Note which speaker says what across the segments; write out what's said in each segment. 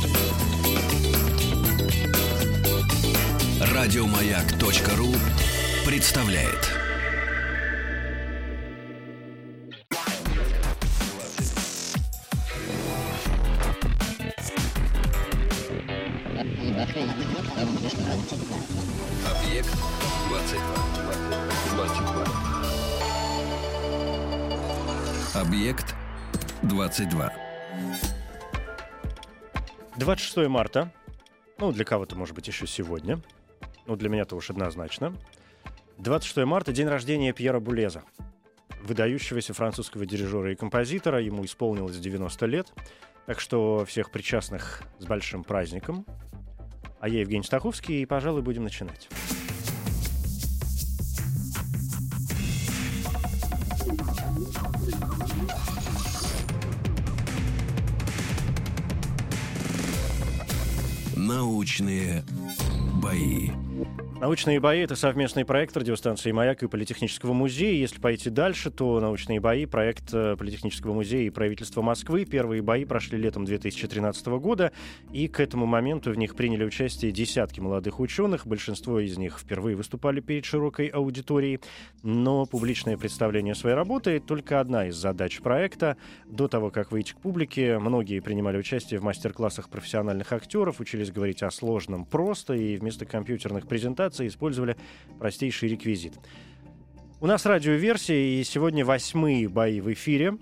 Speaker 1: Радиомаяк.ру представляет. Объект 22. Объект 22.
Speaker 2: 26 марта. Ну, для кого-то, может быть, еще сегодня. Ну, для меня-то уж однозначно. 26 марта — день рождения Пьера Булеза, выдающегося французского дирижера и композитора. Ему исполнилось 90 лет. Так что всех причастных с большим праздником. А я Евгений Стаховский, и, пожалуй, будем начинать.
Speaker 1: Научные бои.
Speaker 2: «Научные бои» — это совместный проект радиостанции «Маяк» и Политехнического музея. Если пойти дальше, то «Научные бои» — проект Политехнического музея и правительства Москвы. Первые бои прошли летом 2013 года, и к этому моменту в них приняли участие десятки молодых ученых. Большинство из них впервые выступали перед широкой аудиторией. Но публичное представление своей работы — только одна из задач проекта. До того, как выйти к публике, многие принимали участие в мастер-классах профессиональных актеров, учились говорить о сложном просто, и вместо компьютерных презентаций использовали простейший реквизит. У нас радиоверсия, и сегодня 8-е бои в эфире.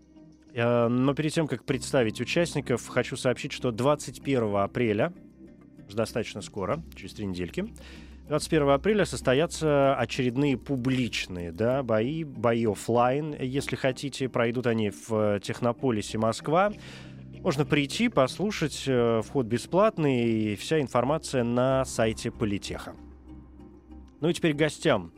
Speaker 2: Но перед тем, как представить участников, хочу сообщить, что 21 апреля, достаточно скоро, через 3 недельки, 21 апреля состоятся очередные публичные бои офлайн, если хотите. Пройдут они в Технополисе Москва. Можно прийти, послушать, вход бесплатный, и вся информация на сайте Политеха. Ну и теперь к гостям.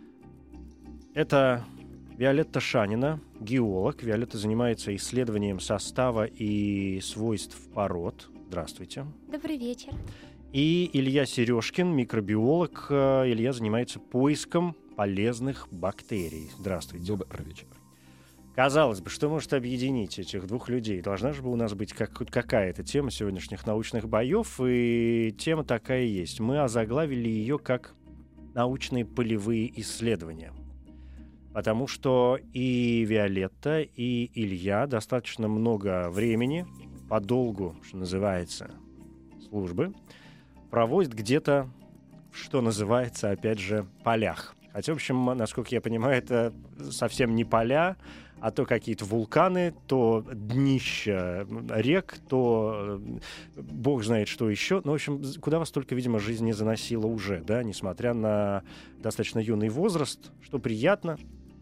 Speaker 2: Это Виолетта Шанина, геолог. Виолетта занимается исследованием состава и свойств пород. Здравствуйте.
Speaker 3: Добрый вечер.
Speaker 2: И Илья Сережкин, микробиолог. Илья занимается поиском полезных бактерий. Здравствуйте.
Speaker 4: Добрый вечер.
Speaker 2: Казалось бы, что может объединить этих двух людей? Должна же у нас быть какая-то тема сегодняшних научных боев, и тема такая есть. Мы озаглавили ее как «Научные полевые исследования». Потому что и Виолетта, и Илья достаточно много времени, подолгу, что называется, службы, проводят где-то, что называется, опять же, полях. Хотя, в общем, насколько я понимаю, это совсем не поля, а то какие-то вулканы, то днища рек, то бог знает что еще. Ну, в общем, куда вас только, видимо, жизнь не заносила уже, да, несмотря на достаточно юный возраст, что приятно.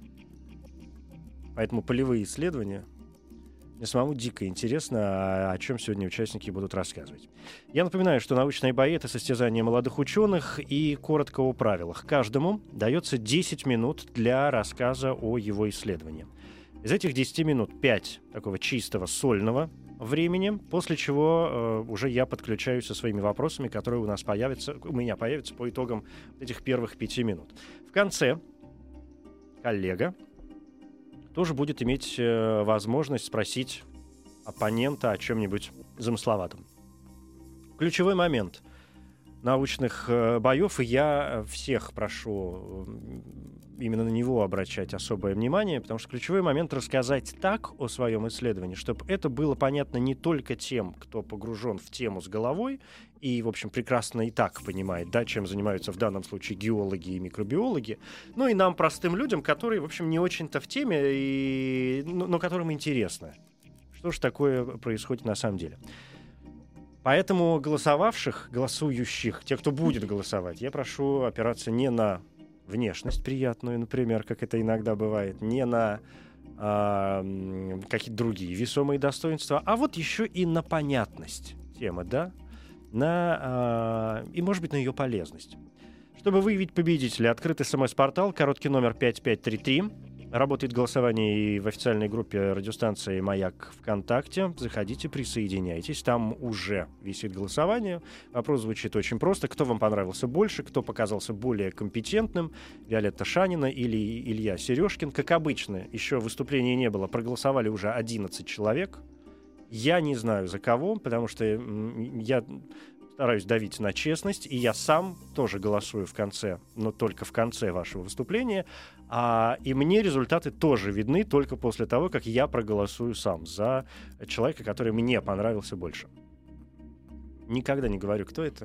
Speaker 2: Поэтому полевые исследования. Мне самому дико интересно, о чем сегодня участники будут рассказывать. Я напоминаю, что научные бои — это состязание молодых ученых, и коротко о правилах. Каждому дается 10 минут для рассказа о его исследовании. Из этих 10 минут 5 такого чистого сольного времени, после чего уже я подключаюсь со своими вопросами, которые у меня появятся по итогам этих первых 5 минут. В конце коллега тоже будет иметь возможность спросить оппонента о чем-нибудь замысловатом. Ключевой момент научных боев, и я всех прошу именно на него обращать особое внимание, потому что ключевой момент — рассказать так о своем исследовании, чтобы это было понятно не только тем, кто погружен в тему с головой и, в общем, прекрасно и так понимает, да, чем занимаются в данном случае геологи и микробиологи, но и нам, простым людям, которые, в общем, не очень-то в теме, но которым интересно, что же такое происходит на самом деле. Поэтому голосующих, тех, кто будет голосовать, я прошу опираться не на внешность приятную, например, как это иногда бывает, не на какие-то другие весомые достоинства, а вот еще и на понятность темы, да, и, может быть, на ее полезность. Чтобы выявить победителя, открыт СМС-портал, короткий номер 5533. Работает голосование и в официальной группе радиостанции «Маяк» ВКонтакте. Заходите, присоединяйтесь. Там уже висит голосование. Вопрос звучит очень просто. Кто вам понравился больше? Кто показался более компетентным? Виолетта Шанина или Илья Сережкин? Как обычно, еще выступления не было. Проголосовали уже 11 человек. Я не знаю, за кого, потому что я стараюсь давить на честность, и я сам тоже голосую в конце, но только в конце вашего выступления. И мне результаты тоже видны только после того, как я проголосую сам за человека, который мне понравился больше. Никогда не говорю, кто это.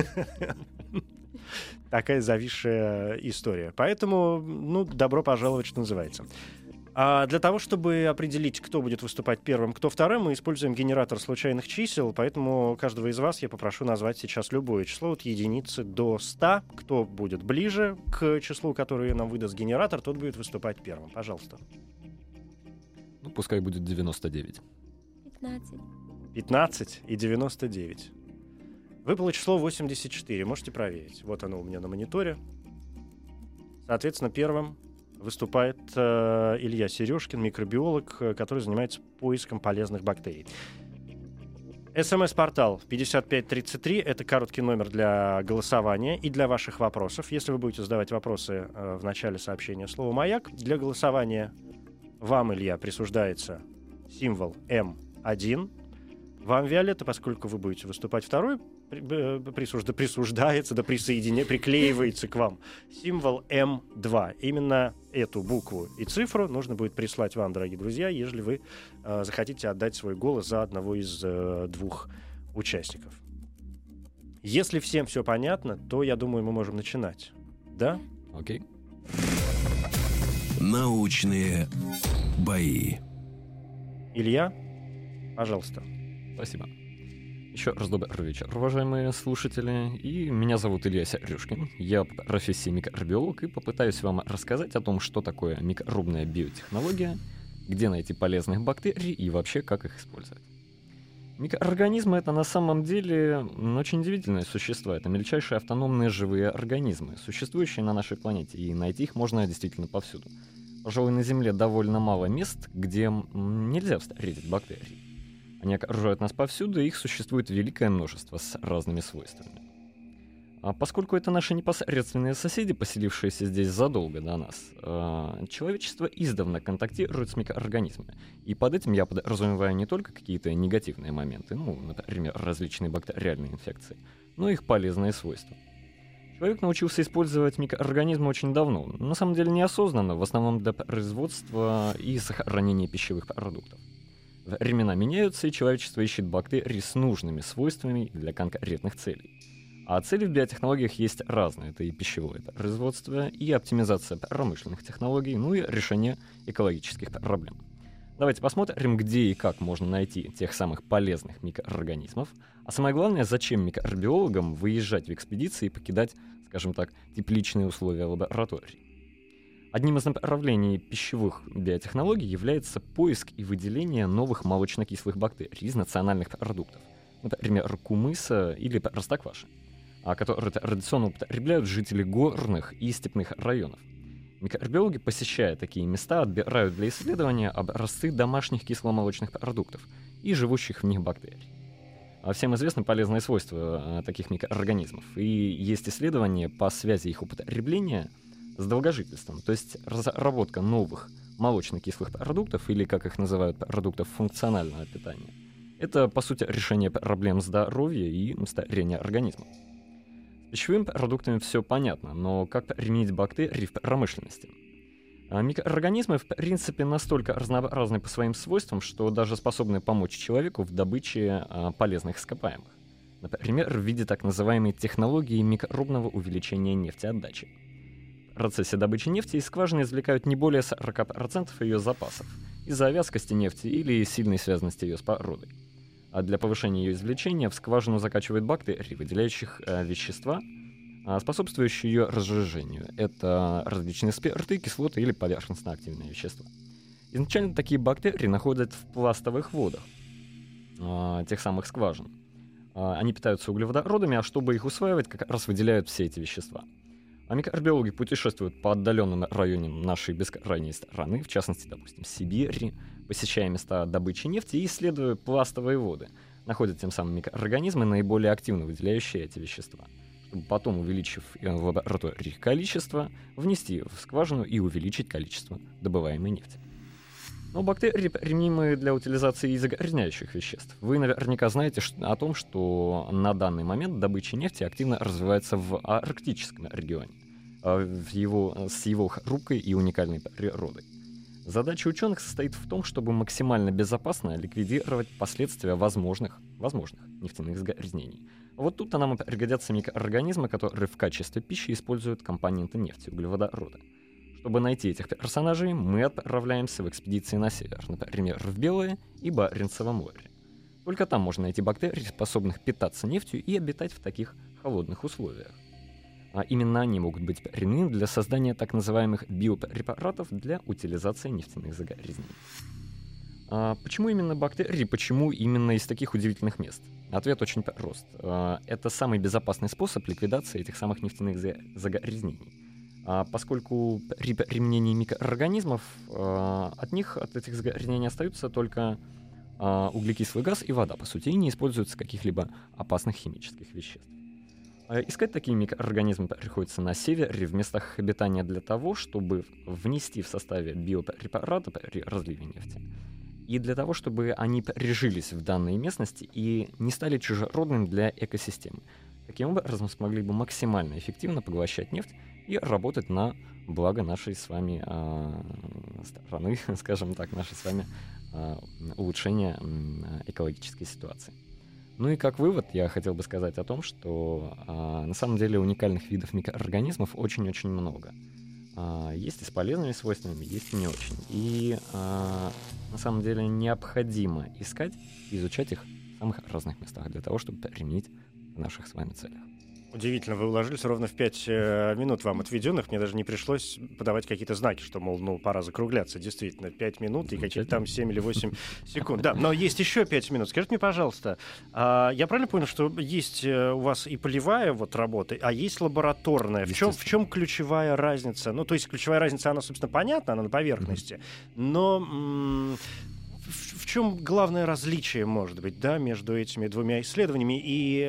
Speaker 2: Такая зависшая история. Поэтому, добро пожаловать, что называется. А для того, чтобы определить, кто будет выступать первым, кто вторым, мы используем генератор случайных чисел, поэтому каждого из вас я попрошу назвать сейчас любое число от единицы до 100. Кто будет ближе к числу, которое нам выдаст генератор, тот будет выступать первым. Пожалуйста.
Speaker 3: Пускай будет 99.
Speaker 4: 15.
Speaker 2: 15 и 99. Выпало число 84. Можете проверить. Вот оно у меня на мониторе. Соответственно, первым выступает Илья Сережкин, микробиолог, который занимается поиском полезных бактерий. СМС-портал 5533 — это короткий номер для голосования и для ваших вопросов. Если вы будете задавать вопросы в начале сообщения слова «Маяк», для голосования вам, Илья, присуждается символ М1. Вам, Виолетта, поскольку вы будете выступать второй, приклеивается к вам символ М2. Именно эту букву и цифру нужно будет прислать вам, дорогие друзья, если вы захотите отдать свой голос за одного из двух участников. Если всем все понятно, то, я думаю, мы можем начинать. Да?
Speaker 3: Окей.
Speaker 1: Научные бои.
Speaker 2: Илья, пожалуйста.
Speaker 3: Спасибо. Еще раз добрый вечер, уважаемые слушатели. И меня зовут Илья Сережкин. Я по профессии микробиолог и попытаюсь вам рассказать о том, что такое микробная биотехнология, где найти полезных бактерий и вообще как их использовать. Микроорганизмы — это на самом деле очень удивительные существа. Это мельчайшие автономные живые организмы, существующие на нашей планете, и найти их можно действительно повсюду. Пожалуй, на Земле довольно мало мест, где нельзя встретить бактерии. Они окружают нас повсюду, и их существует великое множество с разными свойствами. А поскольку это наши непосредственные соседи, поселившиеся здесь задолго до нас, человечество издавна контактирует с микроорганизмами. И под этим я подразумеваю не только какие-то негативные моменты, например, различные бактериальные инфекции, но и их полезные свойства. Человек научился использовать микроорганизмы очень давно, на самом деле неосознанно, в основном для производства и сохранения пищевых продуктов. Времена меняются, и человечество ищет бактерии с нужными свойствами для конкретных целей. А цели в биотехнологиях есть разные. Это и пищевое производство, и оптимизация промышленных технологий, и решение экологических проблем. Давайте посмотрим, где и как можно найти тех самых полезных микроорганизмов. А самое главное, зачем микробиологам выезжать в экспедиции и покидать, скажем так, тепличные условия лабораторий. Одним из направлений пищевых биотехнологий является поиск и выделение новых молочно-кислых бактерий из национальных продуктов, например, кумыса или простокваши, которые традиционно употребляют жители горных и степных районов. Микробиологи, посещая такие места, отбирают для исследования образцы домашних кисломолочных продуктов и живущих в них бактерий. Всем известны полезные свойства таких микроорганизмов, и есть исследования по связи их употребления с долгожительством, то есть разработка новых молочно-кислых продуктов, или, как их называют, продуктов функционального питания. Это, по сути, решение проблем здоровья и старения организма. С пищевыми продуктами все понятно, но как применить бактерии в промышленности? Микроорганизмы, в принципе, настолько разнообразны по своим свойствам, что даже способны помочь человеку в добыче полезных ископаемых. Например, в виде так называемой технологии микробного увеличения нефтеотдачи. В процессе добычи нефти из скважины извлекают не более 40% ее запасов из-за вязкости нефти или сильной связанности ее с породой. А для повышения ее извлечения в скважину закачивают бактерии, выделяющих вещества, способствующие ее разжижению. Это различные спирты, кислоты или поверхностно-активные вещества. Изначально такие бактерии находят в пластовых водах тех самых скважин. Они питаются углеводородами, а чтобы их усваивать, как раз выделяют все эти вещества. А микробиологи путешествуют по отдаленным районам нашей бескрайней страны, в частности, допустим, Сибири, посещая места добычи нефти и исследуя пластовые воды, находят тем самым микроорганизмы, наиболее активно выделяющие эти вещества, чтобы потом, увеличив в лаборатории их количество, внести в скважину и увеличить количество добываемой нефти. Но бактерии применимы для утилизации загрязняющих веществ. Вы наверняка знаете о том, что на данный момент добыча нефти активно развивается в арктическом регионе, с его хрупкой и уникальной природой. Задача ученых состоит в том, чтобы максимально безопасно ликвидировать последствия возможных нефтяных загрязнений. Вот тут нам пригодятся микроорганизмы, которые в качестве пищи используют компоненты нефти, углеводорода. Чтобы найти этих персонажей, мы отправляемся в экспедиции на север, например, в Белое и Баренцево море. Только там можно найти бактерий, способных питаться нефтью и обитать в таких холодных условиях. А именно они могут быть применены для создания так называемых биопрепаратов для утилизации нефтяных загрязнений. Почему именно бактерии, почему именно из таких удивительных мест? Ответ очень прост. Это самый безопасный способ ликвидации этих самых нефтяных загрязнений. Поскольку при применении микроорганизмов от этих загрязнений остаются только углекислый газ и вода, по сути, и не используются каких-либо опасных химических веществ. Искать такие микроорганизмы приходится на севере, в местах их обитания для того, чтобы внести в составе биопрепарата при разливе нефти. И для того, чтобы они прижились в данной местности и не стали чужеродными для экосистемы. Таким образом, смогли бы максимально эффективно поглощать нефть и работать на благо нашей с вами страны, скажем так, нашей с вами улучшения экологической ситуации. Ну и как вывод я хотел бы сказать о том, что на самом деле уникальных видов микроорганизмов очень-очень много. Есть и с полезными свойствами, есть и не очень. И на самом деле необходимо искать и изучать их в самых разных местах для того, чтобы применить в наших с вами целях.
Speaker 2: Удивительно, вы уложились ровно в 5 минут вам отведенных. Мне даже не пришлось подавать какие-то знаки, что, мол, пора закругляться. Действительно, 5 минут и какие-то там 7 или 8 секунд. Да, но есть еще 5 минут. Скажите мне, пожалуйста, я правильно понял, что есть у вас и полевая работа, а есть лабораторная? В чем ключевая разница? Ну, то есть ключевая разница, она, собственно, понятна, она на поверхности. Но в чем главное различие, может быть, да, между этими двумя исследованиями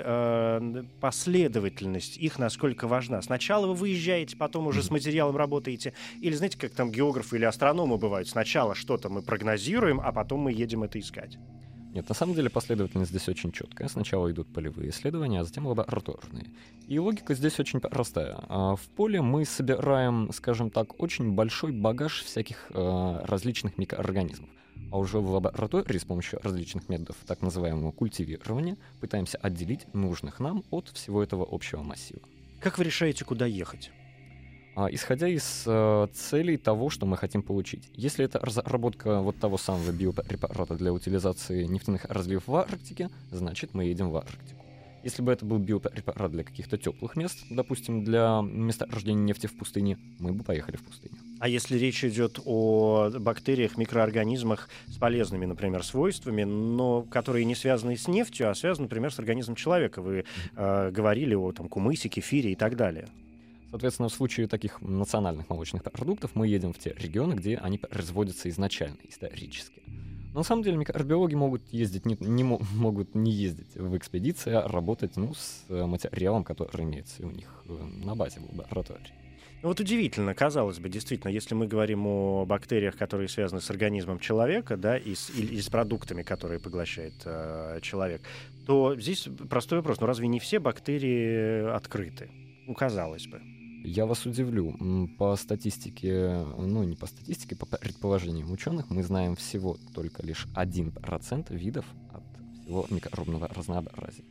Speaker 2: и последовательность их насколько важна? Сначала вы выезжаете, потом уже с материалом работаете? Или, знаете, как там географы или астрономы бывают? Сначала что-то мы прогнозируем, а потом мы едем это искать.
Speaker 3: Нет, на самом деле последовательность здесь очень четкая. Сначала идут полевые исследования, а затем лабораторные. И логика здесь очень простая. В поле мы собираем, скажем так, очень большой багаж всяких различных микроорганизмов. А уже в лаборатории с помощью различных методов так называемого культивирования пытаемся отделить нужных нам от всего этого общего массива.
Speaker 2: Как вы решаете, куда ехать?
Speaker 3: Исходя из целей того, что мы хотим получить. Если это разработка вот того самого биопрепарата для утилизации нефтяных разливов в Арктике, значит мы едем в Арктику. Если бы это был биопрепарат для каких-то теплых мест, допустим, для месторождения нефти в пустыне, мы бы поехали в пустыню.
Speaker 2: А если речь идет о бактериях, микроорганизмах с полезными, например, свойствами, но которые не связаны с нефтью, а связаны, например, с организмом человека? Вы говорили о кумысе, кефире и так далее.
Speaker 3: Соответственно, в случае таких национальных молочных продуктов мы едем в те регионы, где они производятся изначально, исторически. Но на самом деле микробиологи могут ездить могут не ездить в экспедиции, а работать с материалом, который имеется у них на базе в лаборатории.
Speaker 2: Вот удивительно, казалось бы, действительно, если мы говорим о бактериях, которые связаны с организмом человека, да, и с продуктами, которые поглощает человек, то здесь простой вопрос. Но разве не все бактерии открыты? Казалось бы.
Speaker 3: Я вас удивлю. По статистике, не по статистике, по предположениям ученых, мы знаем всего только лишь 1% видов от всего микробного разнообразия.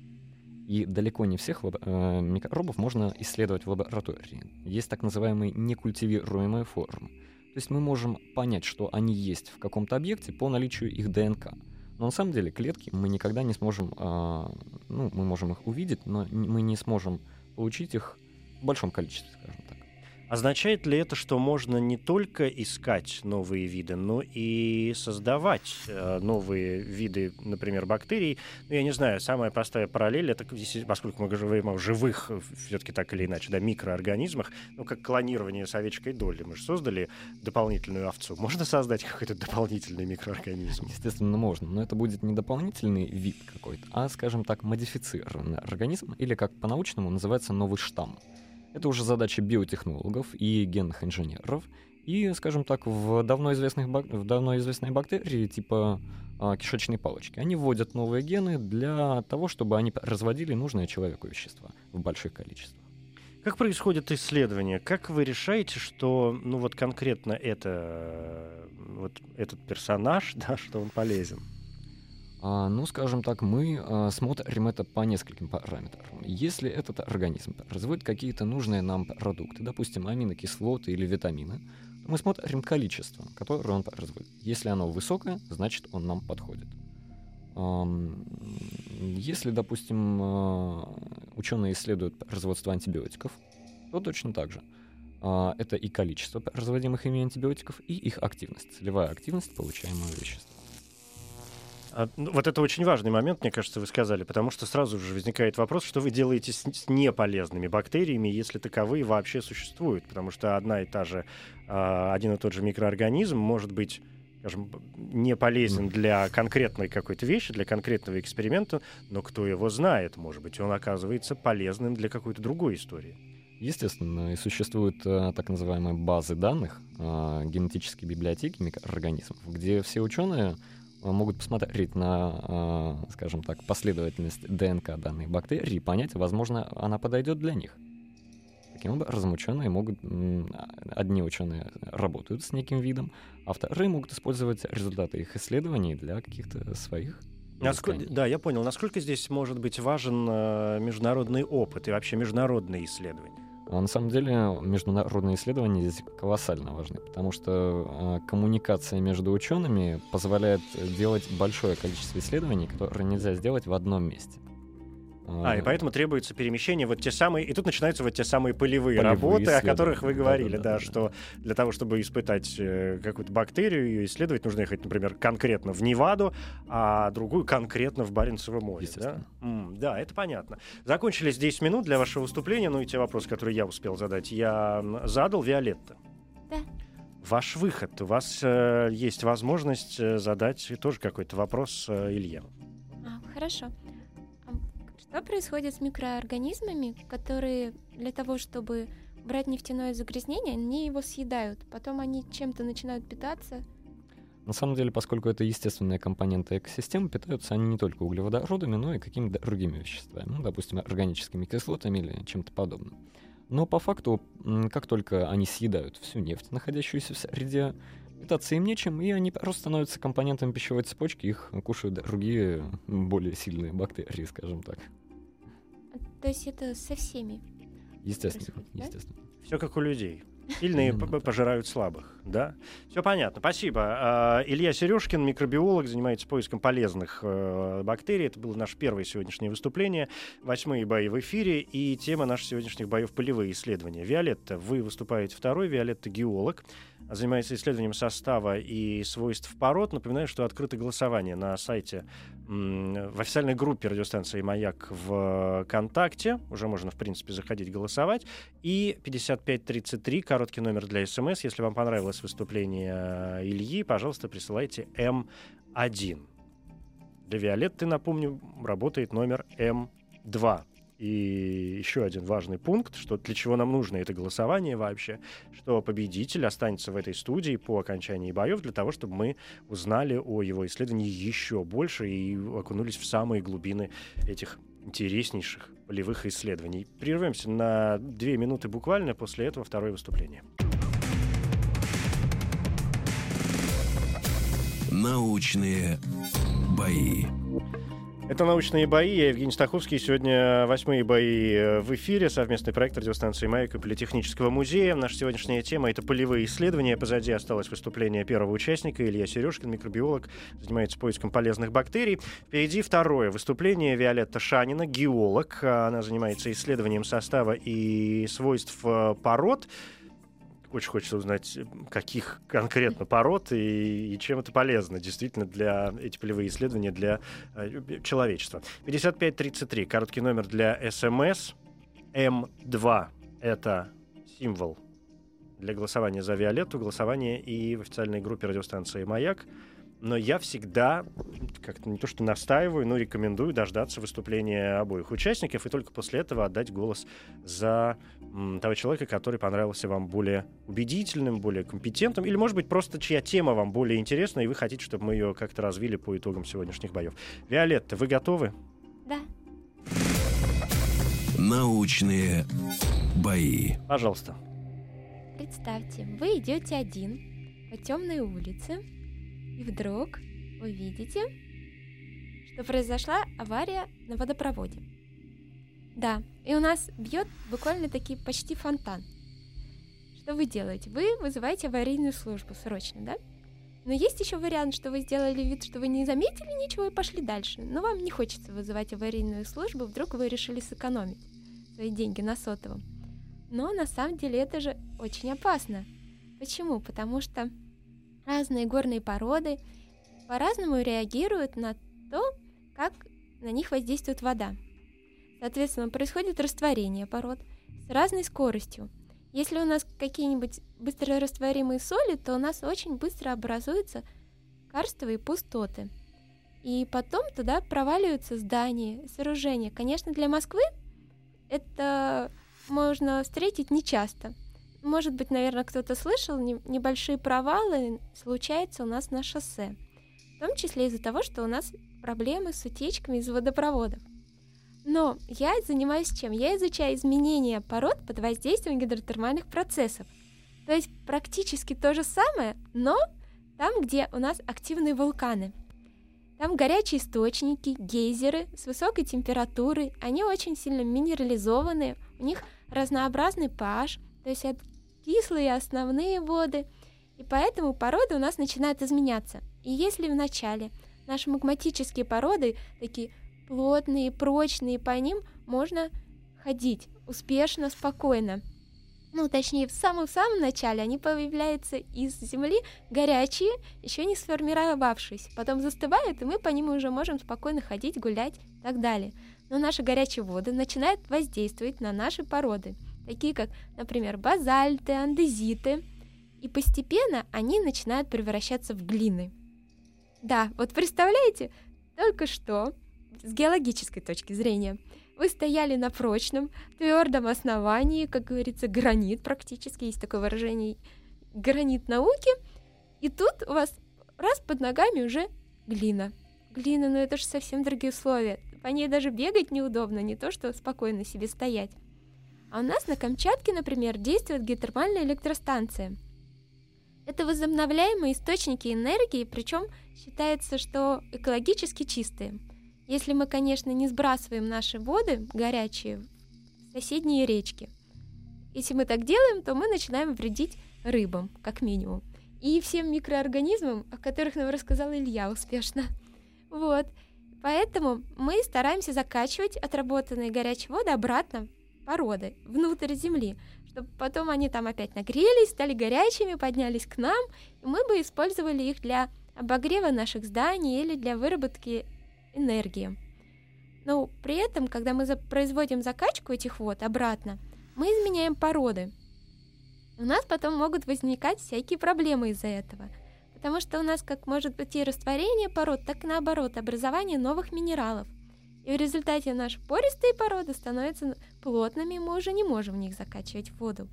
Speaker 3: И далеко не всех микробов можно исследовать в лаборатории. Есть так называемые некультивируемые формы. То есть мы можем понять, что они есть в каком-то объекте по наличию их ДНК. Но на самом деле клетки мы никогда не сможем... мы можем их увидеть, но мы не сможем получить их в большом количестве, скажем так.
Speaker 2: Означает ли это, что можно не только искать новые виды, но и создавать новые виды, например, бактерий? Я не знаю, самая простая параллель, это поскольку мы говорим о живых, все-таки так или иначе, да, микроорганизмах, как клонирование с овечкой Долли. Мы же создали дополнительную овцу. Можно создать какой-то дополнительный микроорганизм?
Speaker 3: Естественно, можно, но это будет не дополнительный вид какой-то, а, скажем так, модифицированный организм, или, как по-научному называется, новый штамм. Это уже задача биотехнологов и генных инженеров, И, скажем так, в давно известные бактерии, типа кишечной палочки, они вводят новые гены для того, чтобы они разводили нужные человеку вещества в больших количествах.
Speaker 2: Как происходит исследование? Как вы решаете, что, ну вот конкретно вот этот персонаж, да, что он полезен?
Speaker 3: Ну, скажем так, мы смотрим это по нескольким параметрам. Если этот организм производит какие-то нужные нам продукты, допустим, аминокислоты или витамины, то мы смотрим количество, которое он производит. Если оно высокое, значит, он нам подходит. Если, допустим, ученые исследуют производство антибиотиков, то точно так же. Это и количество производимых ими антибиотиков, и их активность, целевая активность получаемого вещества.
Speaker 2: Вот это очень важный момент, мне кажется, вы сказали, потому что сразу же возникает вопрос, что вы делаете с неполезными бактериями, если таковые вообще существуют, потому что один и тот же микроорганизм может быть, скажем, не полезен для конкретной какой-то вещи, для конкретного эксперимента, но кто его знает, может быть, он оказывается полезным для какой-то другой истории.
Speaker 3: Естественно, и существуют так называемые базы данных, генетические библиотеки микроорганизмов, где все ученые могут посмотреть на, скажем так, последовательность ДНК данной бактерии и понять, возможно, она подойдет для них. Таким образом, одни ученые работают с неким видом, а вторые могут использовать результаты их исследований для каких-то своих.
Speaker 2: Да, я понял. Насколько здесь может быть важен международный опыт и вообще международные исследования?
Speaker 3: На самом деле международные исследования здесь колоссально важны, потому что коммуникация между учеными позволяет делать большое количество исследований, которые нельзя сделать в одном месте.
Speaker 2: И поэтому требуется перемещение вот те самые... И тут начинаются вот те самые полевые работы, о которых вы говорили, да, что для того, чтобы испытать какую-то бактерию, ее исследовать, нужно ехать, например, конкретно в Неваду, а другую конкретно в Баренцево море. Да? Да, это понятно. Закончились 10 минут для вашего выступления, ну и те вопросы, которые я успел задать, я задал. Виолетта.
Speaker 4: Да.
Speaker 2: Ваш выход. У вас есть возможность задать тоже какой-то вопрос Илье.
Speaker 4: Хорошо. Что происходит с микроорганизмами, которые для того, чтобы брать нефтяное загрязнение, они его съедают, потом они чем-то начинают питаться?
Speaker 3: На самом деле, поскольку это естественные компоненты экосистемы, питаются они не только углеводородами, но и какими-то другими веществами, ну, допустим, органическими кислотами или чем-то подобным. Но по факту, как только они съедают всю нефть, находящуюся в среде, питаться им нечем, и они просто становятся компонентами пищевой цепочки, их кушают другие, более сильные бактерии, скажем так.
Speaker 4: То есть это со всеми?
Speaker 3: Естественно.
Speaker 2: Все как у людей. Сильные пожирают слабых, да? Все понятно, спасибо. Илья Сережкин, микробиолог, занимается поиском полезных бактерий. Это было наше первое сегодняшнее выступление. 8-е бои в эфире, и тема наших сегодняшних боев — полевые исследования. Виолетта, вы выступаете второй. Виолетта — геолог, занимается исследованием состава и свойств пород. Напоминаю, что открыто голосование на сайте, в официальной группе радиостанции «Маяк» в ВКонтакте. Уже можно, в принципе, заходить голосовать. И 5533, короткий номер для СМС. Если вам понравилось выступление Ильи, пожалуйста, присылайте М1. Для Виолетты, напомню, работает номер М2. И еще один важный пункт, что для чего нам нужно это голосование вообще, что победитель останется в этой студии по окончании боев для того, чтобы мы узнали о его исследовании еще больше и окунулись в самые глубины этих интереснейших полевых исследований. Прервемся на 2 минуты буквально, после этого второе выступление.
Speaker 1: Научные бои.
Speaker 2: Это «Научные бои». Я Евгений Стаховский. Сегодня 8-е бои в эфире. Совместный проект радиостанции «Маяк» и Политехнического музея. Наша сегодняшняя тема — это полевые исследования. Позади осталось выступление первого участника. Илья Сережкин, микробиолог, занимается поиском полезных бактерий. Впереди второе выступление. Виолетта Шанина, геолог. Она занимается исследованием состава и свойств пород. Очень хочется узнать, каких конкретно пород и чем это полезно действительно для эти полевые исследования для человечества. 5533, короткий номер для СМС. М2 — это символ для голосования за Виолетту, голосование и в официальной группе радиостанции «Маяк». но я всегда как-то не то что настаиваю, но рекомендую дождаться выступления обоих участников и только после этого отдать голос за того человека, который понравился вам более убедительным, более компетентным, или, может быть, просто чья тема вам более интересна, и вы хотите, чтобы мы ее как-то развили по итогам сегодняшних боев. Виолетта, вы готовы?
Speaker 4: Да.
Speaker 1: Научные бои.
Speaker 2: Пожалуйста.
Speaker 4: Представьте, вы идете один по темной улице, и вдруг вы видите, что произошла авария на водопроводе. Да, и у нас бьет буквально-таки почти фонтан. Что вы делаете? Вы вызываете аварийную службу срочно, да? Но есть еще вариант, что вы сделали вид, что вы не заметили ничего и пошли дальше. Но вам не хочется вызывать аварийную службу, вдруг вы решили сэкономить свои деньги на сотовом. Но на самом деле это же очень опасно. Почему? Потому что разные горные породы по-разному реагируют на то, как на них воздействует вода. Соответственно, происходит растворение пород с разной скоростью. Если у нас какие-нибудь быстрорастворимые соли, то у нас очень быстро образуются карстовые пустоты. И потом туда проваливаются здания, сооружения. Конечно, для Москвы это можно встретить нечасто. Может быть, наверное, кто-то слышал, небольшие провалы случаются у нас на шоссе. В том числе из-за того, что у нас проблемы с утечками из водопроводов. Но я занимаюсь чем? Я изучаю изменения пород под воздействием гидротермальных процессов. То есть практически то же самое, но там, где у нас активные вулканы. Там горячие источники, гейзеры с высокой температурой, они очень сильно минерализованные, у них разнообразный pH, то есть это кислые основные воды, и поэтому породы у нас начинают изменяться. И если вначале наши магматические породы такие плотные, прочные, по ним можно ходить успешно, спокойно. Точнее, в самом начале они появляются из земли горячие, еще не сформировавшиеся. Потом застывают, и мы по ним уже можем спокойно ходить, гулять и так далее. Но наши горячие воды начинают воздействовать на наши породы, такие как, например, базальты, андезиты. И постепенно они начинают превращаться в глины. Да, вот представляете, только что с геологической точки зрения вы стояли на прочном, твердом основании, как говорится, гранит практически, есть такое выражение, гранит науки, и тут у вас раз под ногами уже глина. Глина, это же совсем другие условия, по ней даже бегать неудобно, не то что спокойно себе стоять. А у нас на Камчатке, например, действует геотермальная электростанция. Это возобновляемые источники энергии, причем считается, что экологически чистые. Если мы, конечно, не сбрасываем наши воды горячие в соседние речки. Если мы так делаем, то мы начинаем вредить рыбам, как минимум. И всем микроорганизмам, о которых нам рассказал Илья успешно. Вот. Поэтому мы стараемся закачивать отработанные горячие воды обратно в породы, внутрь земли, чтобы потом они там опять нагрелись, стали горячими, поднялись к нам, и мы бы использовали их для обогрева наших зданий или для выработки энергии. Но при этом, когда мы производим закачку этих вод обратно, мы изменяем породы. У нас потом могут возникать всякие проблемы из-за этого. Потому что у нас как может быть и растворение пород, так и наоборот, образование новых минералов. И в результате наши пористые породы становятся плотными, и мы уже не можем в них закачивать воду.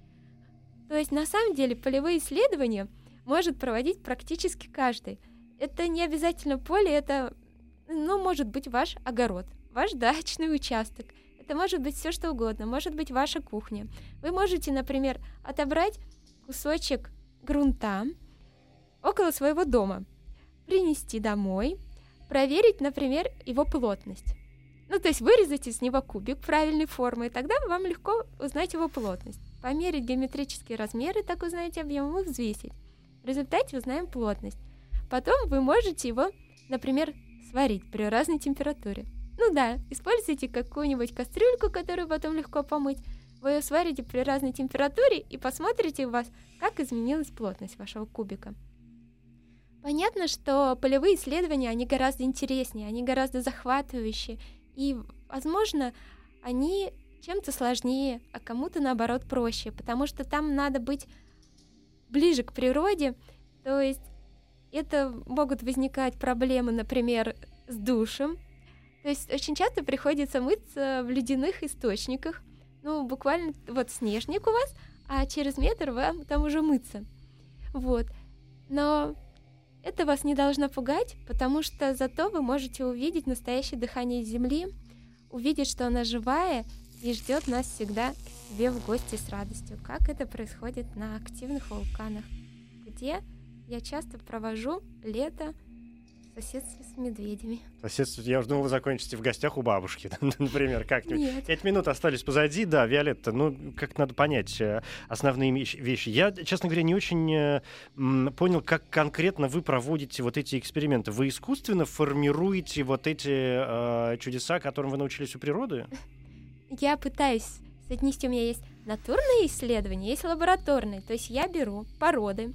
Speaker 4: То есть на самом деле полевые исследования может проводить практически каждый. Это не обязательно поле, это может быть ваш огород, ваш дачный участок. Это может быть все что угодно, может быть ваша кухня. Вы можете, например, отобрать кусочек грунта около своего дома, принести домой, проверить, например, его плотность. То есть вырезать из него кубик правильной формы, и тогда вам легко узнать его плотность. Померить геометрические размеры, так узнаете объем, и взвесить. В результате узнаем плотность. Потом вы можете его, например, сварить при разной температуре. Используйте какую-нибудь кастрюльку, которую потом легко помыть. Вы ее сварите при разной температуре и посмотрите у вас, как изменилась плотность вашего кубика. Понятно, что полевые исследования, они гораздо интереснее, они гораздо захватывающие. И, возможно, они чем-то сложнее, а кому-то, наоборот, проще. Потому что там надо быть ближе к природе. То есть это могут возникать проблемы, например, с душем. То есть очень часто приходится мыться в ледяных источниках. Ну, буквально вот снежник у вас, а через метр вам там уже мыться. Вот. Но это вас не должно пугать, потому что зато вы можете увидеть настоящее дыхание Земли, увидеть, что она живая и ждет нас всегда к себе в гости с радостью, как это происходит на активных вулканах, где я часто провожу лето в соседстве с медведями.
Speaker 2: Соседство, я уже думал, вы закончите в гостях у бабушки, например, как-нибудь.
Speaker 4: Нет.
Speaker 2: 5 минут остались позади, да, Виолетта, ну, как надо понять основные вещи. Я, честно говоря, не очень понял, как конкретно вы проводите вот эти эксперименты. Вы искусственно формируете вот эти чудеса, которым вы научились у природы?
Speaker 4: Я пытаюсь соотнести, у меня есть натурные исследования, есть лабораторные, то есть я беру породы,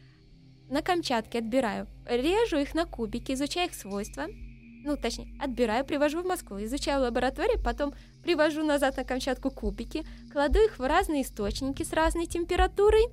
Speaker 4: на Камчатке отбираю, режу их на кубики, изучаю их свойства, ну, точнее, отбираю, привожу в Москву, изучаю в лаборатории, потом привожу назад на Камчатку кубики, кладу их в разные источники с разной температурой,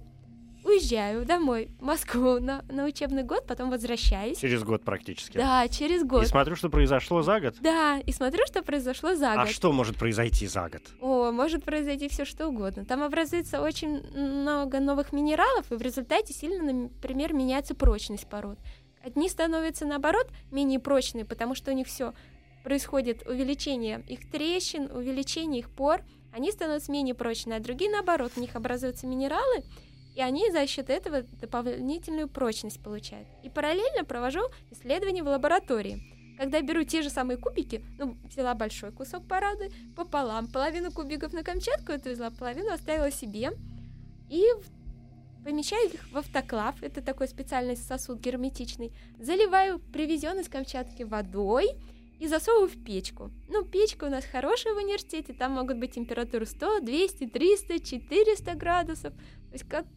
Speaker 4: уезжаю домой в Москву на учебный год, потом возвращаюсь.
Speaker 2: Через год практически.
Speaker 4: Да, через год.
Speaker 2: И смотрю, что произошло за год.
Speaker 4: Да, и смотрю, что произошло за год.
Speaker 2: А что может произойти за год?
Speaker 4: О, может произойти все что угодно. Там образуется очень много новых минералов, и в результате сильно, например, меняется прочность пород. Одни становятся, наоборот, менее прочные, потому что у них все происходит увеличение их трещин, увеличение их пор, они становятся менее прочные, а другие, наоборот, у них образуются минералы, и они за счет этого дополнительную прочность получают. И параллельно провожу исследования в лаборатории. Когда беру те же самые кубики, ну, взяла большой кусок породы пополам, половину кубиков на Камчатку отвезла, половину оставила себе, и помещаю их в автоклав, это такой специальный сосуд герметичный, заливаю привезенной с Камчатки водой и засовываю в печку. Ну, печка у нас хорошая в университете, там могут быть температуры 100, 200, 300, 400 градусов, то есть как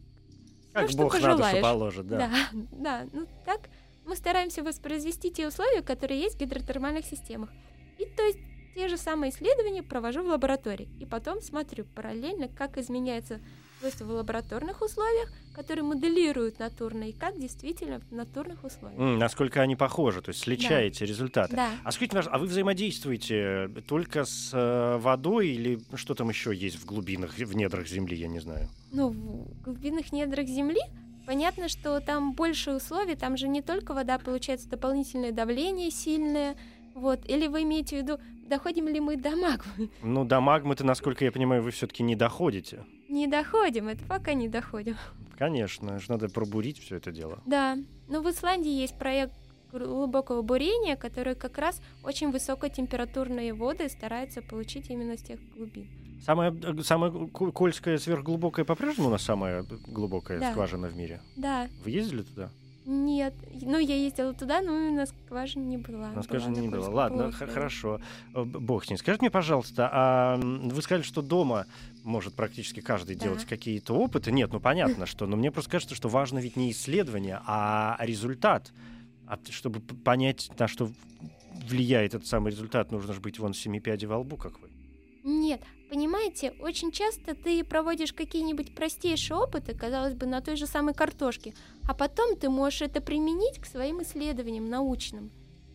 Speaker 2: Бог на душу положит, да.
Speaker 4: Да, ну так мы стараемся воспроизвести те условия, которые есть в гидротермальных системах. И то есть те же самые исследования провожу в лаборатории. И потом смотрю параллельно, как изменяются свойства в лабораторных условиях, которые моделируют натурно, и как действительно в натурных условиях.
Speaker 2: Насколько они похожи, то есть сличаете результаты.
Speaker 4: Да.
Speaker 2: А скажите, а вы взаимодействуете только с водой или что там еще есть в глубинах, в недрах Земли, я не знаю?
Speaker 4: Ну, в глубинных недрах Земли понятно, что там больше условий, там же не только вода, получается дополнительное давление сильное, вот. Или вы имеете в виду, доходим ли мы до магмы?
Speaker 2: Ну, до магмы-то, насколько я понимаю, вы все-таки не доходите.
Speaker 4: Не доходим, это пока не доходим.
Speaker 2: Конечно, надо пробурить все это дело.
Speaker 4: Да, но в Исландии есть проект глубокого бурения, который как раз очень высокотемпературные воды старается получить именно с тех глубин.
Speaker 2: Самая Кольская сверхглубокая по-прежнему у нас самая глубокая скважина в мире?
Speaker 4: Да.
Speaker 2: Вы ездили туда?
Speaker 4: Нет, ну я ездила туда, но на скважине не была.
Speaker 2: На скважине не было. Ладно, хорошо. Бог с ним. Скажите мне, пожалуйста, а вы сказали, что дома может практически каждый делать какие-то опыты? Нет, ну понятно, что. Но мне просто кажется, что важно ведь не исследование, а результат. Чтобы понять, на что влияет этот самый результат, нужно же быть вон 7 пядей во лбу, как вы.
Speaker 4: Нет, понимаете, очень часто ты проводишь какие-нибудь простейшие опыты, казалось бы, на той же самой картошке, а потом ты можешь это применить к своим исследованиям научным.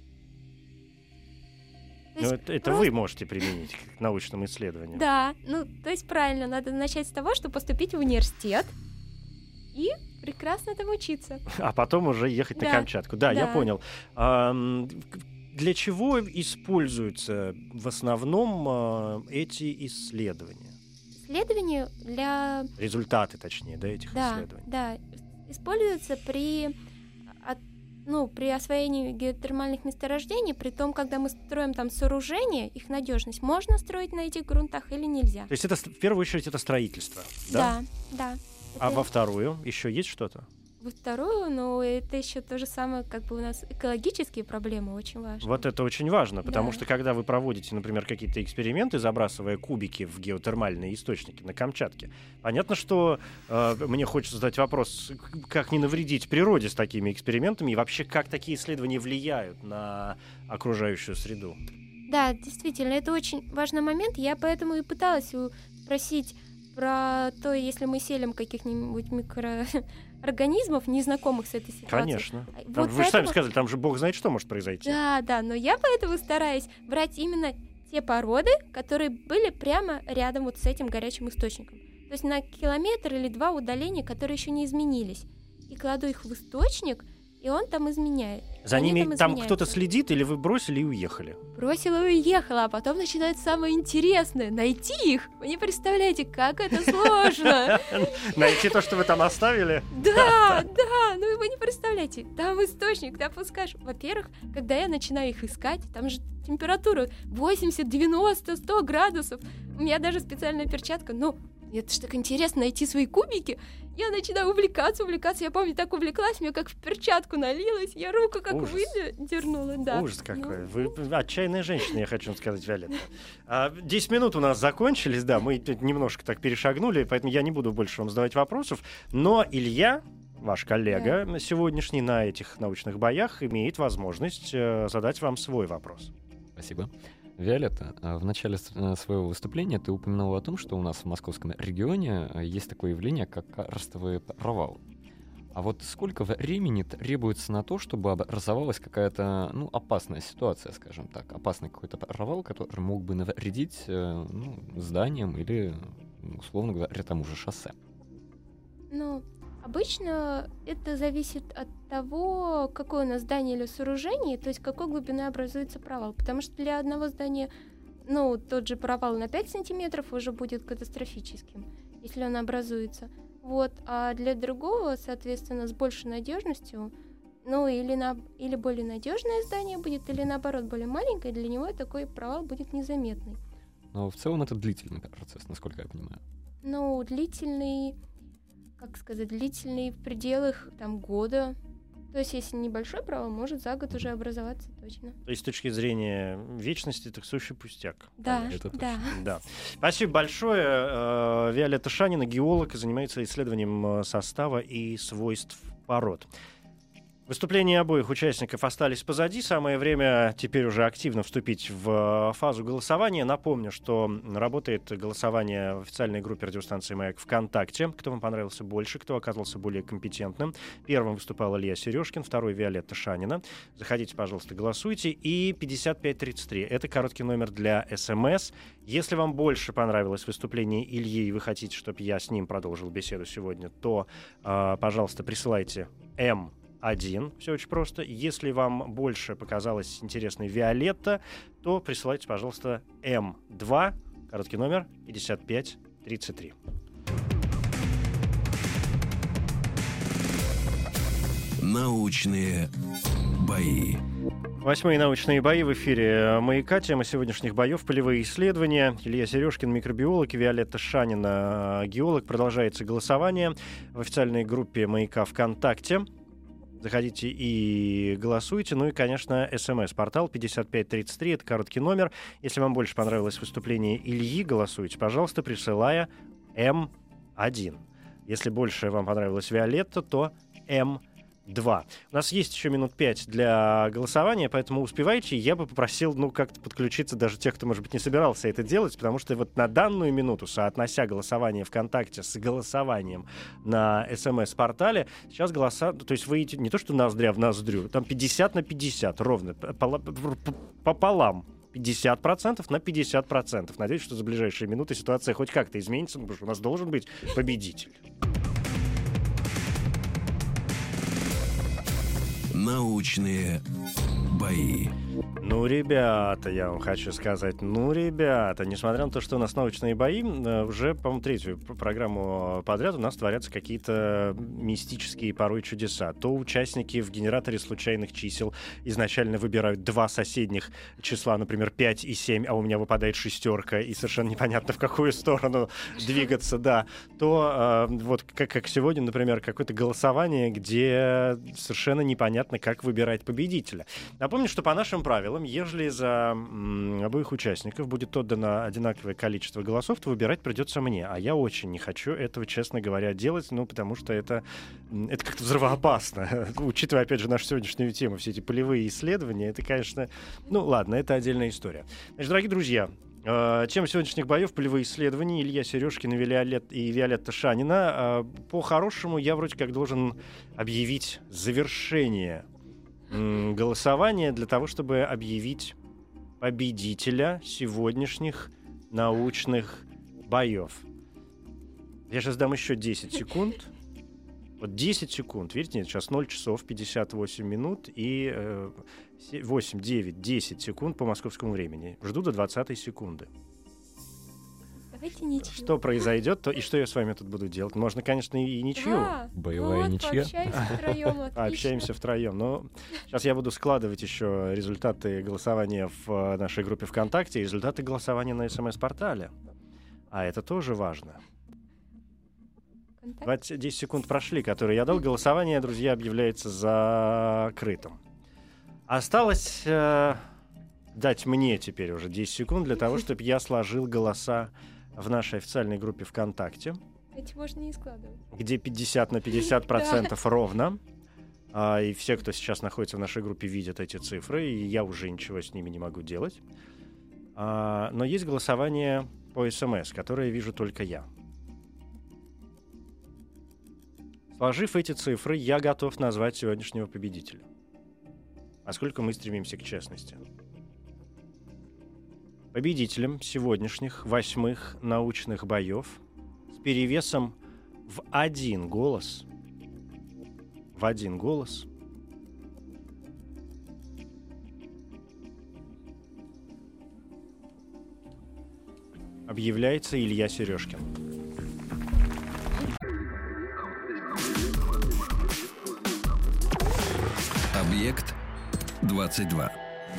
Speaker 2: Ну, это вы можете применить к научным исследованиям.
Speaker 4: Да, ну, то есть правильно, надо начать с того, что поступить в университет и прекрасно там учиться.
Speaker 2: А потом уже ехать на Камчатку. Да, я понял. Для чего используются в основном эти исследования?
Speaker 4: Исследования для...
Speaker 2: Результаты, точнее, этих исследований.
Speaker 4: Да, используются при освоении геотермальных месторождений, при том, когда мы строим там сооружения, их надежность, можно строить на этих грунтах или нельзя.
Speaker 2: То есть это в первую очередь это строительство, да?
Speaker 4: Да.
Speaker 2: А во вторую еще есть что-то?
Speaker 4: Во вторую, но это еще то же самое, как бы у нас экологические проблемы очень важны.
Speaker 2: Вот это очень важно, потому что когда вы проводите, например, какие-то эксперименты, забрасывая кубики в геотермальные источники на Камчатке, понятно, что мне хочется задать вопрос, как не навредить природе с такими экспериментами и вообще как такие исследования влияют на окружающую среду.
Speaker 4: Да, действительно, это очень важный момент. Я поэтому и пыталась спросить про то, если мы селим каких-нибудь микроорганизмов, незнакомых с этой ситуацией.
Speaker 2: Конечно.
Speaker 4: Вот
Speaker 2: Вы же сами сказали, там же бог знает, что может произойти.
Speaker 4: Да, но я поэтому стараюсь брать именно те породы, которые были прямо рядом вот с этим горячим источником. То есть на километр или 2 удаления, которые еще не изменились. И кладу их в источник, и он там изменяет.
Speaker 2: За ними там кто-то следит, или вы бросили и уехали?
Speaker 4: Бросила и уехала, а потом начинает самое интересное — найти их. Вы не представляете, как это сложно.
Speaker 2: Найти то, что вы там оставили?
Speaker 4: Да, ну вы не представляете. Там источник, ты опускаешь. Во-первых, когда я начинаю их искать, там же температура 80, 90, 100 градусов. У меня даже специальная перчатка. Ну, это ж так интересно найти свои кубики. Я начинаю увлекаться. Я помню, так увлеклась, мне как в перчатку налилось. Я руку как выдернула. Да.
Speaker 2: Ужас какой. Вы отчаянная женщина, я хочу сказать, Виолетта. 10 минут у нас закончились, да, мы немножко так перешагнули, поэтому я не буду больше вам задавать вопросов. Но Илья, ваш коллега сегодняшний на этих научных боях, имеет возможность задать вам свой вопрос.
Speaker 3: Спасибо. Виолетта, в начале своего выступления ты упомянула о том, что у нас в московском регионе есть такое явление, как карстовый провал. А вот сколько времени требуется на то, чтобы образовалась какая-то, опасная ситуация, скажем так, опасный какой-то провал, который мог бы навредить зданиям или, условно говоря, тому же шоссе?
Speaker 4: Обычно это зависит от того, какое у нас здание или сооружение, то есть какой глубины образуется провал. Потому что для одного здания, тот же провал на 5 сантиметров уже будет катастрофическим, если он образуется. А для другого, соответственно, с большей надежностью, или более надежное здание будет, или наоборот более маленькое, для него такой провал будет незаметный.
Speaker 3: Но в целом это длительный процесс, насколько я понимаю.
Speaker 4: Длительный в пределах года. То есть, если небольшой провал, может за год уже образоваться точно.
Speaker 2: То есть, с точки зрения вечности, это сущий пустяк.
Speaker 4: Да,
Speaker 2: да. Спасибо большое. Виолетта Шанина, геолог, занимается исследованием состава и свойств пород. Выступления обоих участников остались позади. Самое время теперь уже активно вступить в фазу голосования. Напомню, что работает голосование в официальной группе радиостанции «Маяк» ВКонтакте. Кто вам понравился больше, кто оказался более компетентным. Первым выступал Илья Сережкин, второй — Виолетта Шанина. Заходите, пожалуйста, голосуйте. И 5533 — это короткий номер для СМС. Если вам больше понравилось выступление Ильи, и вы хотите, чтобы я с ним продолжил беседу сегодня, то, пожалуйста, присылайте М1. Все очень просто. Если вам больше показалась интересной Виолетта, то присылайте, пожалуйста, М2, короткий номер 5533.
Speaker 1: Научные бои.
Speaker 2: 8-е научные бои в эфире «Маяка». Тема сегодняшних боев — полевые исследования. Илья Сережкин, микробиолог, Виолетта Шанина, геолог. Продолжается голосование в официальной группе «Маяка» ВКонтакте. Заходите и голосуйте. И, конечно, СМС-портал 5533, это короткий номер. Если вам больше понравилось выступление Ильи, голосуйте, пожалуйста, присылая М1. Если больше вам понравилась Виолетта, то М2. У нас есть еще минут 5 для голосования, поэтому успевайте. Я бы попросил, как-то подключиться даже тех, кто, может быть, не собирался это делать, потому что вот на данную минуту, соотнося голосование ВКонтакте с голосованием на СМС-портале, сейчас голоса... То есть вы не то, что ноздря в ноздрю, там 50/50, ровно, пополам. 50% на 50%. Надеюсь, что за ближайшие минуты ситуация хоть как-то изменится, потому что у нас должен быть победитель.
Speaker 1: Научные бои.
Speaker 2: Ребята, я вам хочу сказать, несмотря на то, что у нас научные бои, уже, по-моему, третью программу подряд у нас творятся какие-то мистические порой чудеса. То участники в генераторе случайных чисел изначально выбирают два соседних числа, например, 5 и 7, а у меня выпадает шестерка, и совершенно непонятно, в какую сторону двигаться, да. То вот как сегодня, например, какое-то голосование, где совершенно непонятно, как выбирать победителя. Напомню, что по нашим правилам, ежели за обоих участников будет отдано одинаковое количество голосов, то выбирать придется мне. А я очень не хочу этого, честно говоря, делать, потому что это как-то взрывоопасно. Учитывая, опять же, нашу сегодняшнюю тему, все эти полевые исследования, это, конечно... ладно, это отдельная история. Значит, дорогие друзья, Тема сегодняшних боев — полевые исследования. Илья Сережкин и Виолетта Шанина. По-хорошему, я вроде как должен объявить завершение голосования для того, чтобы объявить победителя сегодняшних научных боев. Я сейчас дам еще 10 секунд. Вот 10 секунд. Видите, нет, сейчас 0 часов 58 минут и 8, 9, 10 секунд по московскому времени. Жду до 20 секунды.
Speaker 4: Давайте ничью.
Speaker 2: Что произойдет, и что я с вами тут буду делать? Можно, конечно, и ничью.
Speaker 3: Боевая ничья.
Speaker 2: Общаемся втроем. Но сейчас я буду складывать еще результаты голосования в нашей группе ВКонтакте и результаты голосования на СМС-портале. А это тоже важно. 10 секунд прошли, которые я дал. Голосование, друзья, объявляется закрытым. Осталось дать мне теперь уже 10 секунд для того, чтобы я сложил голоса в нашей официальной группе ВКонтакте.
Speaker 4: Эти можно не складывать. Где
Speaker 2: 50 на 50% ровно. И все, кто сейчас находится в нашей группе, видят эти цифры, и я уже ничего с ними не могу делать. Но есть голосование по СМС, которое вижу только я. Сложив эти цифры, я готов назвать сегодняшнего победителя. Поскольку мы стремимся к честности. Победителем сегодняшних 8-х научных боев с перевесом в один голос объявляется Илья Сережкин.
Speaker 1: Объект 22.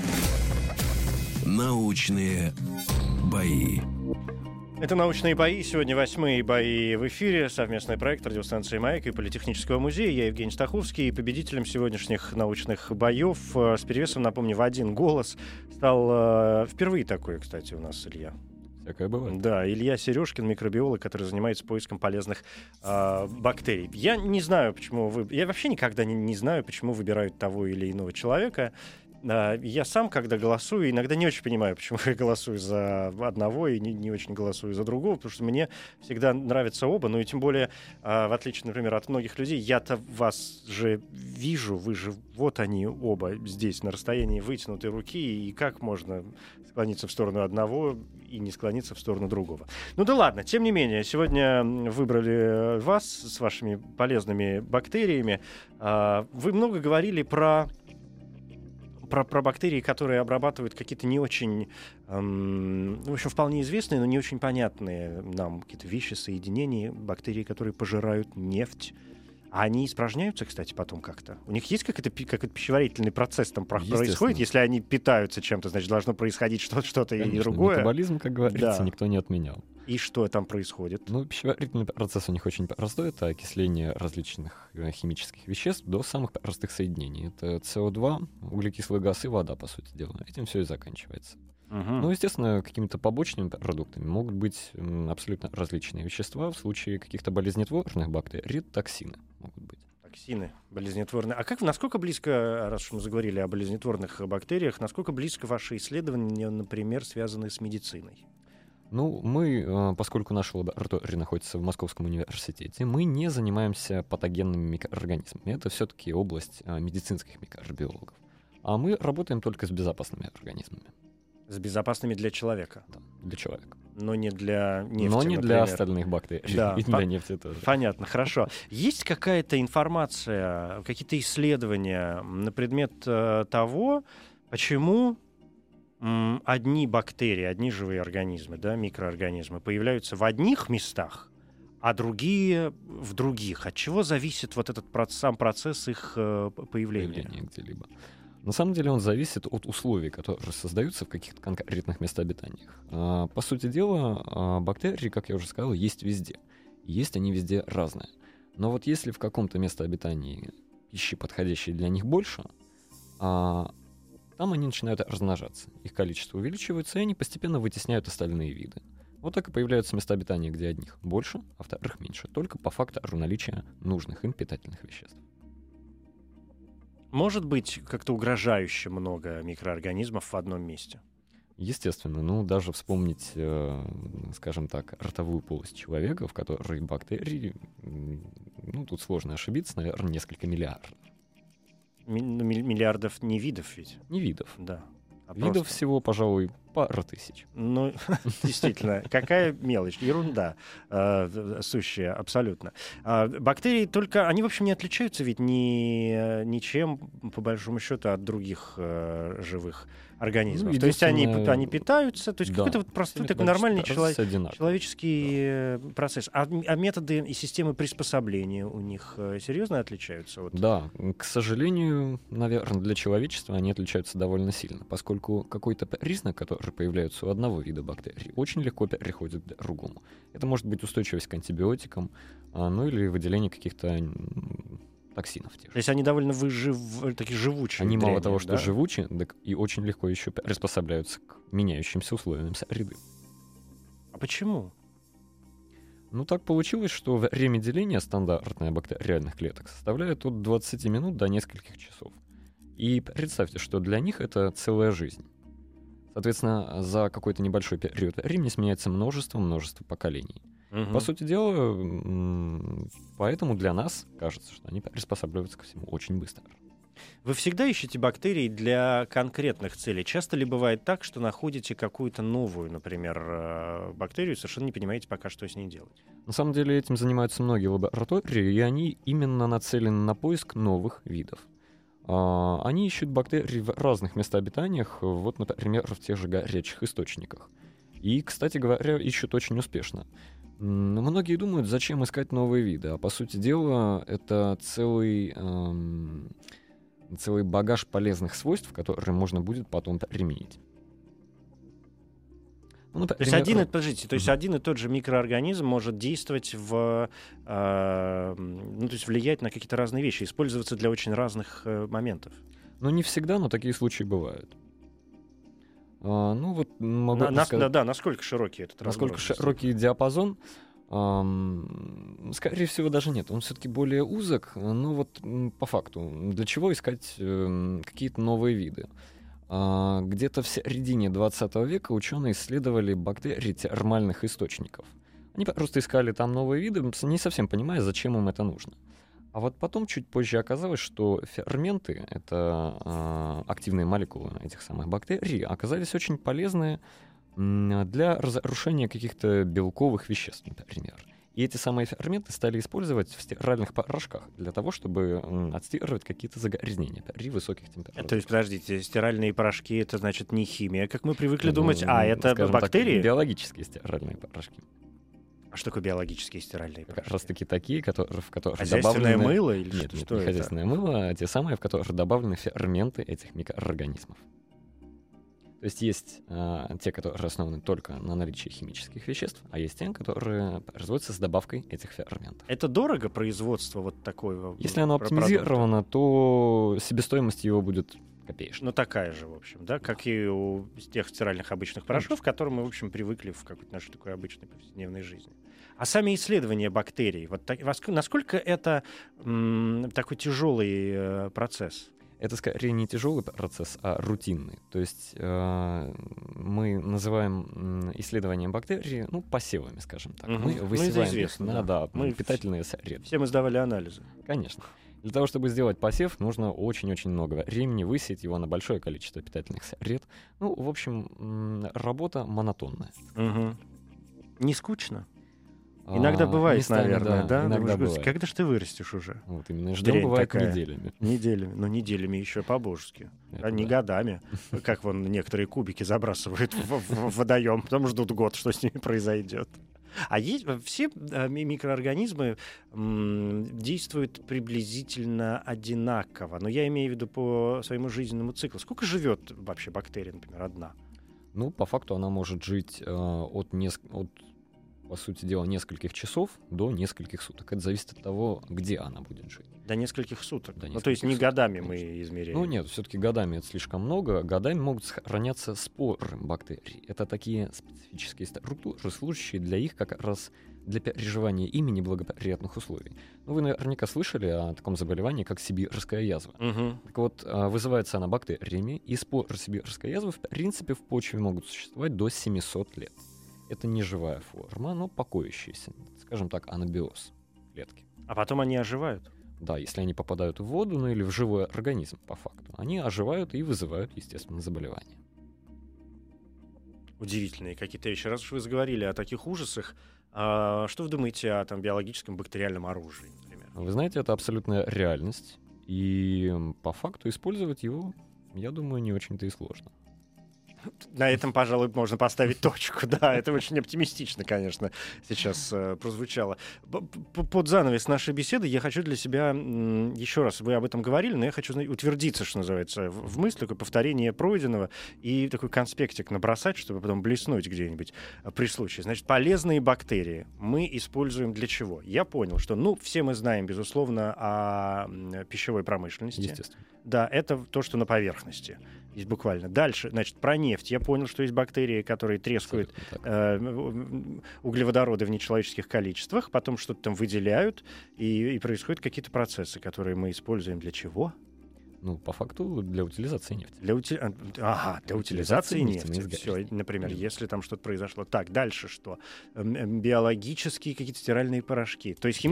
Speaker 1: Научные бои.
Speaker 2: Это «Научные бои». Сегодня 8-е бои в эфире. Совместный проект радиостанции «Маяк» и Политехнического музея. Я Евгений Стаховский. И победителем сегодняшних научных боев с перевесом, напомню, в один голос стал впервые такой, кстати, у нас Илья.
Speaker 3: Всякое бывает.
Speaker 2: Да, Илья Сережкин, микробиолог, который занимается поиском полезных бактерий. Я не знаю, почему я вообще никогда не знаю, почему выбирают того или иного человека. Я сам, когда голосую, иногда не очень понимаю, почему я голосую за одного и не очень голосую за другого, потому что мне всегда нравятся оба, ну и тем более, в отличие, например, от многих людей, я-то вас же вижу, вы же, вот они оба здесь, на расстоянии вытянутой руки, и как можно склониться в сторону одного и не склониться в сторону другого. Ну да ладно, тем не менее, сегодня выбрали вас с вашими полезными бактериями. Вы много говорили про бактерии, которые обрабатывают какие-то не очень, в общем, вполне известные, но не очень понятные нам какие-то вещи, соединения, бактерии, которые пожирают нефть. А они испражняются, кстати, потом как-то? У них есть какой-то пищеварительный процесс там происходит? Если они питаются чем-то, значит, должно происходить что-то и другое.
Speaker 3: Метаболизм, как говорится,
Speaker 2: да.
Speaker 3: Никто не отменял.
Speaker 2: И что там происходит?
Speaker 3: Ну, пищеварительный процесс у них очень простой. Это окисление различных химических веществ до самых простых соединений. Это СО2, углекислый газ и вода, по сути дела. Этим все и заканчивается. Ну, естественно, какими-то побочными продуктами могут быть абсолютно различные вещества. В случае каких-то болезнетворных бактерий токсины могут быть.
Speaker 2: Токсины болезнетворные. А насколько близко, раз уж мы заговорили о болезнетворных бактериях, насколько близко ваши исследования, например, связаны с медициной?
Speaker 3: Ну, мы, поскольку наша лаборатория находится в Московском университете, мы не занимаемся патогенными микроорганизмами. Это все-таки область медицинских микробиологов. А мы работаем только с безопасными организмами.
Speaker 2: С безопасными для человека?
Speaker 3: Да, для человека.
Speaker 2: Но не для нефти,
Speaker 3: Но не
Speaker 2: например.
Speaker 3: для остальных бактерий.
Speaker 2: Да.
Speaker 3: И для нефти тоже.
Speaker 2: Понятно, хорошо. Есть какая-то информация, какие-то исследования на предмет того, почему одни бактерии, одни живые организмы, да, микроорганизмы появляются в одних местах, а другие в других? От чего зависит вот этот сам процесс их появления?
Speaker 3: Где-либо. На самом деле он зависит от условий, которые создаются в каких-то конкретных местообитаниях. По сути дела, бактерии, как я уже сказал, есть везде. Есть они везде разные. Но вот если в каком-то местообитании пищи, подходящей для них, больше, там они начинают размножаться. Их количество увеличивается, и они постепенно вытесняют остальные виды. Вот так и появляются места обитания, где одних больше, а вторых меньше. Только по фактору наличия нужных им питательных веществ.
Speaker 2: Может быть как-то угрожающе много микроорганизмов в одном месте?
Speaker 3: Естественно, ну, даже вспомнить, скажем так, ротовую полость человека, в которой бактерии, ну, тут сложно ошибиться, наверное, несколько миллиардов.
Speaker 2: Миллиардов не видов ведь.
Speaker 3: Не видов.
Speaker 2: Да.
Speaker 3: Видов всего, пожалуй, пара тысяч.
Speaker 2: Ну, действительно, какая мелочь, ерунда сущая, абсолютно. Бактерии только, они, в общем, не отличаются ведь ничем, по большому счету, от других живых организмов.
Speaker 3: Ну,
Speaker 2: то есть они питаются, то есть
Speaker 3: да,
Speaker 2: какой-то вот простой такой нормальный человеческий процесс. А методы и системы приспособления у них серьезно отличаются?
Speaker 3: Да, к сожалению, наверное, для человечества они отличаются довольно сильно, поскольку какой-то признак, который появляется у одного вида бактерий, очень легко переходит к другому. Это может быть устойчивость к антибиотикам, ну или выделение каких-то токсинов.
Speaker 2: То есть они довольно такие живучие.
Speaker 3: Они мало того, что живучие, так и очень легко еще приспосабливаются к меняющимся условиям среды.
Speaker 2: А почему?
Speaker 3: Ну, так получилось, что время деления стандартных бактериальных клеток составляет от 20 минут до нескольких часов. И представьте, что для них это целая жизнь. Соответственно, за какой-то небольшой период времени сменяется множество поколений.
Speaker 2: Угу.
Speaker 3: По сути дела, поэтому для нас кажется, что они приспосабливаются ко всему очень быстро.
Speaker 2: Вы всегда ищете бактерии для конкретных целей? Часто ли бывает так, что находите какую-то новую, например, бактерию, совершенно не понимаете пока, что с ней делать?
Speaker 3: На самом деле этим занимаются многие лаборатории, и они именно нацелены на поиск новых видов. Они ищут бактерии в разных местах обитания, вот, например, в тех же горячих источниках. И, кстати говоря, ищут очень успешно. Многие думают, зачем искать новые виды, а по сути дела это целый багаж полезных свойств, которые можно будет потом применить. Ну,
Speaker 2: например, то есть один и тот же микроорганизм может действовать то есть влиять на какие-то разные вещи, использоваться для очень разных моментов.
Speaker 3: Ну, не всегда, но такие случаи бывают. Ну, вот могу сказать...
Speaker 2: Да, насколько широкий этот разброс?
Speaker 3: Насколько широкий диапазон? Скорее всего, даже нет. Он все-таки более узок, но вот по факту. Для чего искать какие-то новые виды? Где-то в середине 20 века ученые исследовали бактерии термальных источников. Они просто искали там новые виды, не совсем понимая, зачем им это нужно. А вот потом, чуть позже, оказалось, что ферменты, это активные молекулы этих самых бактерий, оказались очень полезны для разрушения каких-то белковых веществ, например. И эти самые ферменты стали использовать в стиральных порошках для того, чтобы отстирывать какие-то загрязнения при высоких температурах.
Speaker 2: То есть, подождите, стиральные порошки — это, значит, не химия, как мы привыкли думать, это бактерии?
Speaker 3: Так, биологические стиральные порошки.
Speaker 2: А что такое биологические стиральные порошки?
Speaker 3: Как раз таки такие, в которых
Speaker 2: хозяйственное
Speaker 3: добавлены...
Speaker 2: мыло или
Speaker 3: Нет,
Speaker 2: что
Speaker 3: не
Speaker 2: это?
Speaker 3: Хозяйственное мыло, а те самые, в которых добавлены ферменты этих микроорганизмов. То есть есть те, которые основаны только на наличии химических веществ, а есть те, которые производятся с добавкой этих ферментов.
Speaker 2: Это дорого производство вот такого?
Speaker 3: Если оно оптимизировано, то себестоимость его будет копеечная.
Speaker 2: Ну, такая же, в общем, да, как и у тех стиральных обычных порошков, к которым мы, в общем, привыкли в какой-то нашей такой обычной повседневной жизни. А сами исследования бактерий, насколько это такой тяжелый процесс?
Speaker 3: Это скорее не тяжелый процесс, а рутинный. То есть мы называем исследование бактерий, посевами, скажем так. Мы высеваем их на питательные среды.
Speaker 2: Все мы сдавали анализы.
Speaker 3: Конечно. Для того, чтобы сделать посев, нужно очень-очень много времени, высеять его на большое количество питательных сред. Ну, в общем, работа монотонная.
Speaker 2: Угу. Не скучно? Иногда бывает,
Speaker 3: местами,
Speaker 2: наверное, да?
Speaker 3: Иногда
Speaker 2: Думаешь,
Speaker 3: бывает.
Speaker 2: когда же ты вырастешь уже?
Speaker 3: Вот именно. Ждем бывает
Speaker 2: такая.
Speaker 3: Неделями.
Speaker 2: Неделями еще по-божески. А не годами. Как вон некоторые кубики забрасывают в водоем, потом ждут год, что с ними произойдет. А все микроорганизмы действуют приблизительно одинаково. Но я имею в виду по своему жизненному циклу. Сколько живет вообще бактерия, например, одна?
Speaker 3: Ну, по факту она может жить от по сути дела, нескольких часов до нескольких суток. Это зависит от того, где она будет жить.
Speaker 2: До нескольких суток? То есть
Speaker 3: не
Speaker 2: годами мы измеряем?
Speaker 3: Ну нет, все-таки годами это слишком много. Годами могут сохраняться споры бактерий. Это такие специфические структуры, служащие для их как раз для переживания ими неблагоприятных условий. Ну, вы наверняка слышали о таком заболевании, как сибирская язва. Так вот, вызывается она бактериями, и спор сибирской язвы, в принципе, в почве могут существовать до 700 лет. Это не живая форма, но покоящаяся, скажем так, анабиоз клетки.
Speaker 2: А потом они оживают?
Speaker 3: Да, если они попадают в воду, ну или в живой организм, по факту, они оживают и вызывают, естественно, заболевание.
Speaker 2: Удивительные какие-то вещи. Раз уж вы заговорили о таких ужасах, что вы думаете о биологическом бактериальном оружии, например?
Speaker 3: Вы знаете, это абсолютная реальность, и по факту использовать его, я думаю, не очень-то и сложно.
Speaker 2: На этом, пожалуй, можно поставить точку. Да, это очень оптимистично, конечно, сейчас прозвучало. Под занавес нашей беседы я хочу для себя, еще раз, вы об этом говорили, но я хочу утвердиться, что называется, в мысли, такое повторение пройденного и такой конспектик набросать, чтобы потом блеснуть где-нибудь при случае. Значит, полезные бактерии мы используем для чего? Я понял, что, все мы знаем, безусловно, о пищевой промышленности.
Speaker 3: Естественно.
Speaker 2: Да, это то, что на поверхности. Есть буквально. Дальше, значит, про нефть. Я понял, что есть бактерии, которые трескают углеводороды в нечеловеческих количествах, потом что-то там выделяют, и происходят какие-то процессы, которые мы используем для чего?
Speaker 3: Ну, по факту, для утилизации нефти.
Speaker 2: Для утилизации нефти. Все, например,
Speaker 3: Именно.
Speaker 2: если там что-то произошло. Так, дальше что? Биологические какие-то стиральные порошки. То есть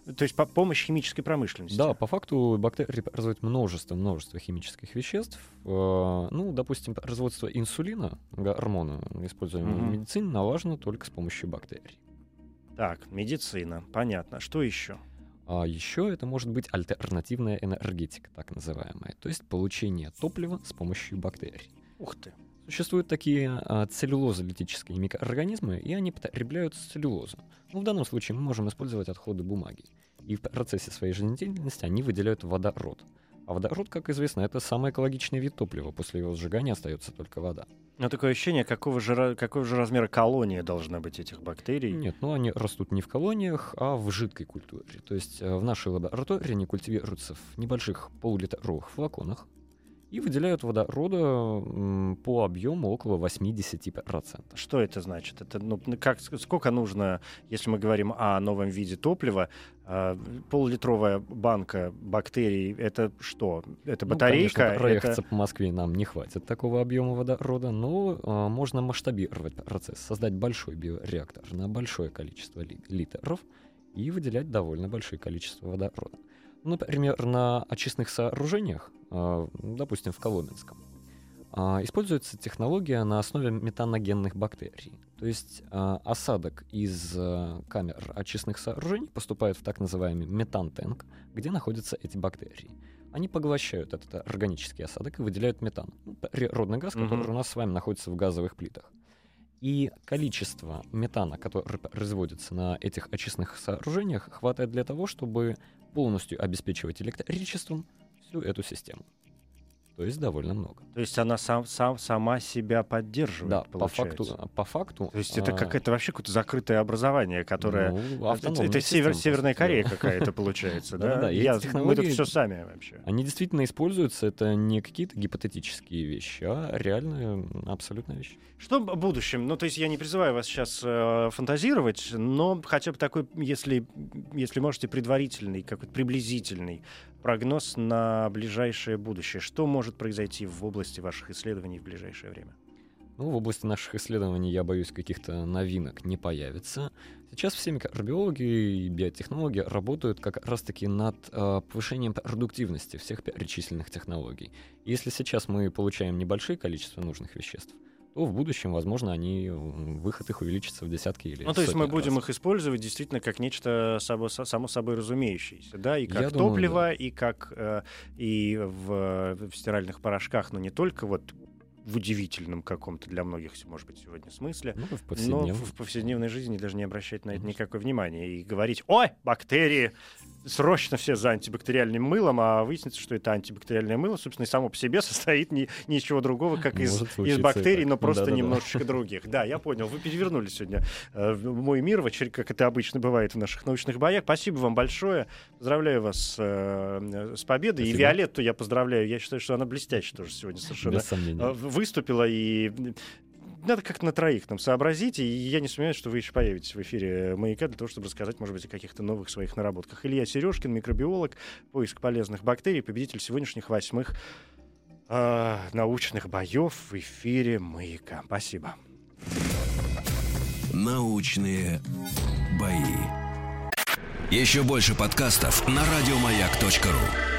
Speaker 2: помощь химической промышленности.
Speaker 3: Да, по факту бактерии производят множество химических веществ. Допустим, производство инсулина, гормона, используемого в медицине, налажено только с помощью бактерий.
Speaker 2: Так, медицина, понятно. Что еще?
Speaker 3: А еще это может быть альтернативная энергетика, так называемая, то есть получение топлива с помощью бактерий.
Speaker 2: Ух ты.
Speaker 3: Существуют такие целлюлозолитические микроорганизмы, и они потребляют целлюлозу. В данном случае мы можем использовать отходы бумаги. И в процессе своей жизнедеятельности они выделяют водород. А водород, как известно, это самый экологичный вид топлива. После его сжигания остается только вода.
Speaker 2: Но такое ощущение, какого же размера колония должна быть этих бактерий?
Speaker 3: Нет, они растут не в колониях, а в жидкой культуре. То есть в нашей лаборатории они культивируются в небольших полулитровых флаконах и выделяют водорода по объему около 80%.
Speaker 2: Что это значит? Это, сколько нужно, если мы говорим о новом виде топлива, полулитровая банка бактерий, это что? Это батарейка?
Speaker 3: Конечно, проехаться по Москве нам не хватит такого объема водорода, но можно масштабировать процесс, создать большой биореактор на большое количество литров и выделять довольно большое количество водорода. Например, на очистных сооружениях, допустим, в Коломенском, используется технология на основе метаногенных бактерий. То есть осадок из камер очистных сооружений поступает в так называемый метантанк, где находятся эти бактерии. Они поглощают этот органический осадок и выделяют метан, природный газ, который у нас с вами находится в газовых плитах. И количество метана, которое производится на этих очистных сооружениях, хватает для того, чтобы полностью обеспечивать электричеством всю эту систему. То есть довольно много.
Speaker 2: То есть она сама себя поддерживает,
Speaker 3: да,
Speaker 2: получается?
Speaker 3: по факту.
Speaker 2: То есть это вообще какое-то закрытое образование, которое... это Северная Корея какая-то получается, да? Мы тут все сами вообще.
Speaker 3: Они действительно используются, это не какие-то гипотетические вещи, а реальные, абсолютная вещь.
Speaker 2: Что в будущем? То есть я не призываю вас сейчас фантазировать, но хотя бы такой, если можете, предварительный, какой-то приблизительный прогноз на ближайшее будущее. Что может произойти в области ваших исследований в ближайшее время?
Speaker 3: В области наших исследований, я боюсь, каких-то новинок не появится. Сейчас все микробиологи и биотехнологи работают как раз-таки над повышением продуктивности всех перечисленных технологий. Если сейчас мы получаем небольшое количество нужных веществ, то в будущем, возможно, выход их увеличится в десятки или сотни раз.
Speaker 2: То есть мы будем их использовать действительно как нечто само собой разумеющееся, да, и как топливо, да. И как и в стиральных порошках, но не только в удивительном каком-то для многих, может быть, сегодня смысле, но в повседневной жизни даже не обращать на это никакое внимание и говорить: ой, бактерии, срочно все за антибактериальным мылом, а выяснится, что это антибактериальное мыло, собственно, и само по себе состоит ничего другого, как из бактерий, но просто немножечко других. Да, я понял. Вы перевернули сегодня мой мир, как это обычно бывает в наших научных боях. Спасибо вам большое. Поздравляю вас с победой. Спасибо. И Виолетту я поздравляю. Я считаю, что она блестяще тоже сегодня совершенно выступила и надо как-то на троих нам сообразить, и я не сомневаюсь, что вы еще появитесь в эфире «Маяка» для того, чтобы рассказать, может быть, о каких-то новых своих наработках. Илья Сережкин, микробиолог, поиск полезных бактерий, победитель сегодняшних 8-х научных боев в эфире «Маяка». Спасибо.
Speaker 1: Научные бои. Еще больше подкастов на радиомаяк.ру.